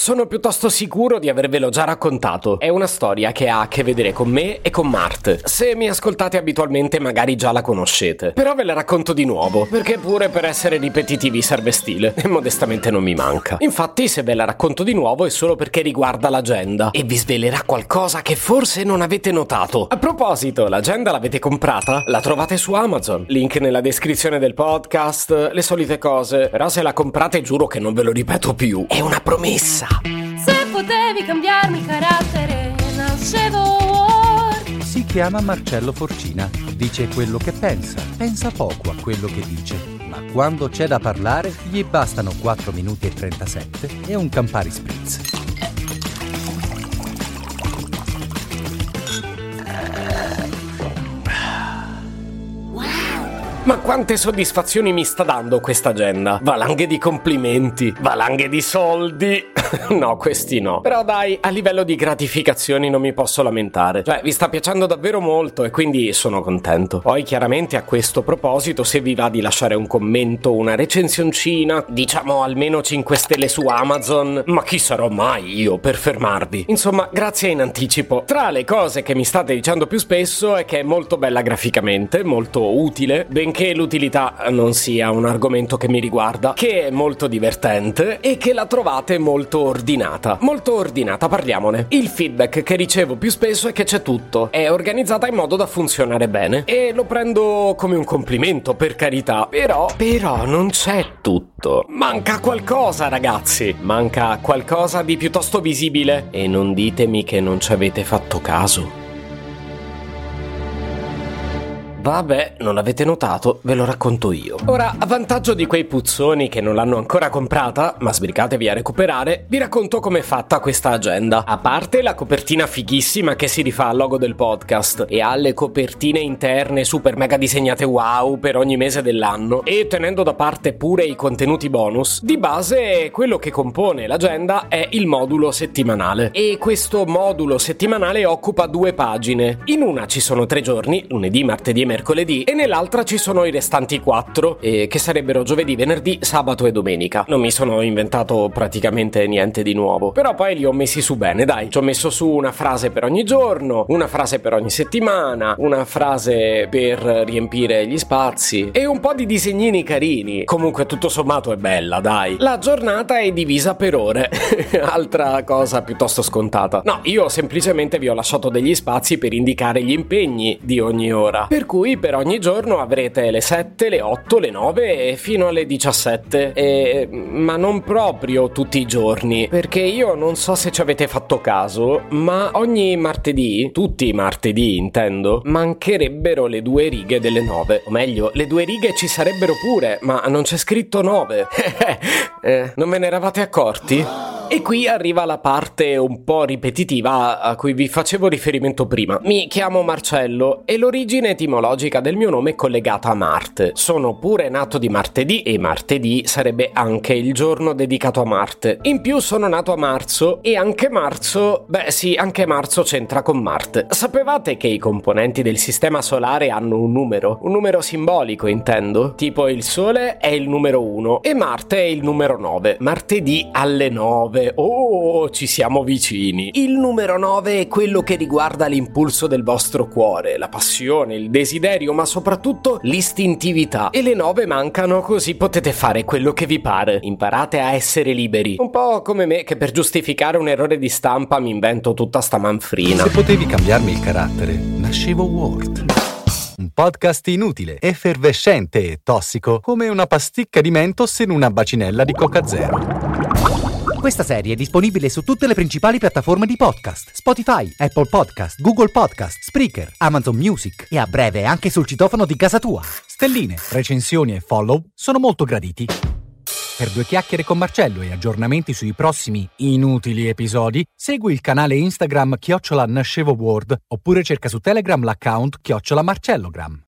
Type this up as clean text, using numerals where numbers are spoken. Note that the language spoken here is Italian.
sono piuttosto sicuro di avervelo già raccontato. È una storia che ha a che vedere con me e con Marte. Se mi ascoltate abitualmente magari già la conoscete, però ve la racconto di nuovo, perché pure per essere ripetitivi serve stile, e modestamente non mi manca. Infatti, se ve la racconto di nuovo è solo perché riguarda l'agenda, e vi svelerà qualcosa che forse non avete notato. A proposito, l'agenda l'avete comprata? La trovate su Amazon, link nella descrizione del podcast, le solite cose. Però se la comprate giuro che non ve lo ripeto più. È una promessa. Se potevi cambiarmi carattere, nascevo Ward. Si chiama Marcello Forcina, dice quello che pensa poco a quello che dice, ma quando c'è da parlare gli bastano 4 minuti e 37 e un Campari Spritz. Ma quante soddisfazioni mi sta dando questa agenda? Valanghe di complimenti, valanghe di soldi. No, questi no. Però dai, a livello di gratificazioni non mi posso lamentare. Cioè, vi sta piacendo davvero molto e quindi sono contento. Poi chiaramente a questo proposito, se vi va di lasciare un commento, una recensioncina, diciamo almeno 5 stelle su Amazon, ma chi sarò mai io per fermarvi? Insomma, grazie in anticipo. Tra le cose che mi state dicendo più spesso è che è molto bella graficamente, molto utile, benché l'utilità non sia un argomento che mi riguarda, che è molto divertente e che la trovate molto ordinata. Molto ordinata, parliamone. Il feedback che ricevo più spesso è che c'è tutto, è organizzata in modo da funzionare bene e lo prendo come un complimento, per carità. Però non c'è tutto. Manca qualcosa, ragazzi. Manca qualcosa di piuttosto visibile e non ditemi che non ci avete fatto caso. Vabbè, non l'avete notato, ve lo racconto io. Ora, a vantaggio di quei puzzoni che non l'hanno ancora comprata, ma sbrigatevi a recuperare, vi racconto com'è fatta questa agenda. A parte la copertina fighissima che si rifà al logo del podcast e alle copertine interne super mega disegnate wow per ogni mese dell'anno, e tenendo da parte pure i contenuti bonus, di base quello che compone l'agenda è il modulo settimanale. E questo modulo settimanale occupa 2 pagine. In una ci sono 3 giorni, lunedì, martedì e mercoledì, e nell'altra ci sono i restanti 4, che sarebbero giovedì, venerdì, sabato e domenica. Non mi sono inventato praticamente niente di nuovo, però poi li ho messi su bene, dai. Ci ho messo su una frase per ogni giorno, una frase per ogni settimana, una frase per riempire gli spazi e un po' di disegnini carini. Comunque tutto sommato è bella, dai. La giornata è divisa per ore. Altra cosa piuttosto scontata. No, io semplicemente vi ho lasciato degli spazi per indicare gli impegni di ogni ora, per cui per ogni giorno avrete le 7, le 8, le 9 e fino alle 17, ma non proprio tutti i giorni, perché io non so se ci avete fatto caso, ma ogni martedì, tutti i martedì intendo, mancherebbero le 2 righe delle 9, o meglio, le 2 righe ci sarebbero pure, ma non c'è scritto 9. Non ve ne eravate accorti? E qui arriva la parte un po' ripetitiva a cui vi facevo riferimento prima. Mi chiamo Marcello e l'origine etimologica del mio nome è collegata a Marte. Sono pure nato di martedì e martedì sarebbe anche il giorno dedicato a Marte. In più sono nato a marzo e anche marzo, anche marzo c'entra con Marte. Sapevate che i componenti del sistema solare hanno un numero simbolico intendo? Tipo il Sole è il numero 1 e Marte è il numero 9. Martedì alle 9. Oh, ci siamo vicini. Il numero 9 è quello che riguarda l'impulso del vostro cuore, la passione, il desiderio, ma soprattutto l'istintività. E le 9 mancano, così potete fare quello che vi pare. Imparate a essere liberi. Un po' come me che per giustificare un errore di stampa mi invento tutta sta manfrina. Se potevi cambiarmi il carattere, nascevo Ward. Un podcast inutile, effervescente e tossico, come una pasticca di Mentos in una bacinella di Coca Zero. Questa serie è disponibile su tutte le principali piattaforme di podcast: Spotify, Apple Podcast, Google Podcast, Spreaker, Amazon Music e a breve anche sul citofono di casa tua. Stelline, recensioni e follow sono molto graditi. Per 2 chiacchiere con Marcello e aggiornamenti sui prossimi inutili episodi, segui il canale Instagram @NascevoWord oppure cerca su Telegram l'account @MarcelloGram.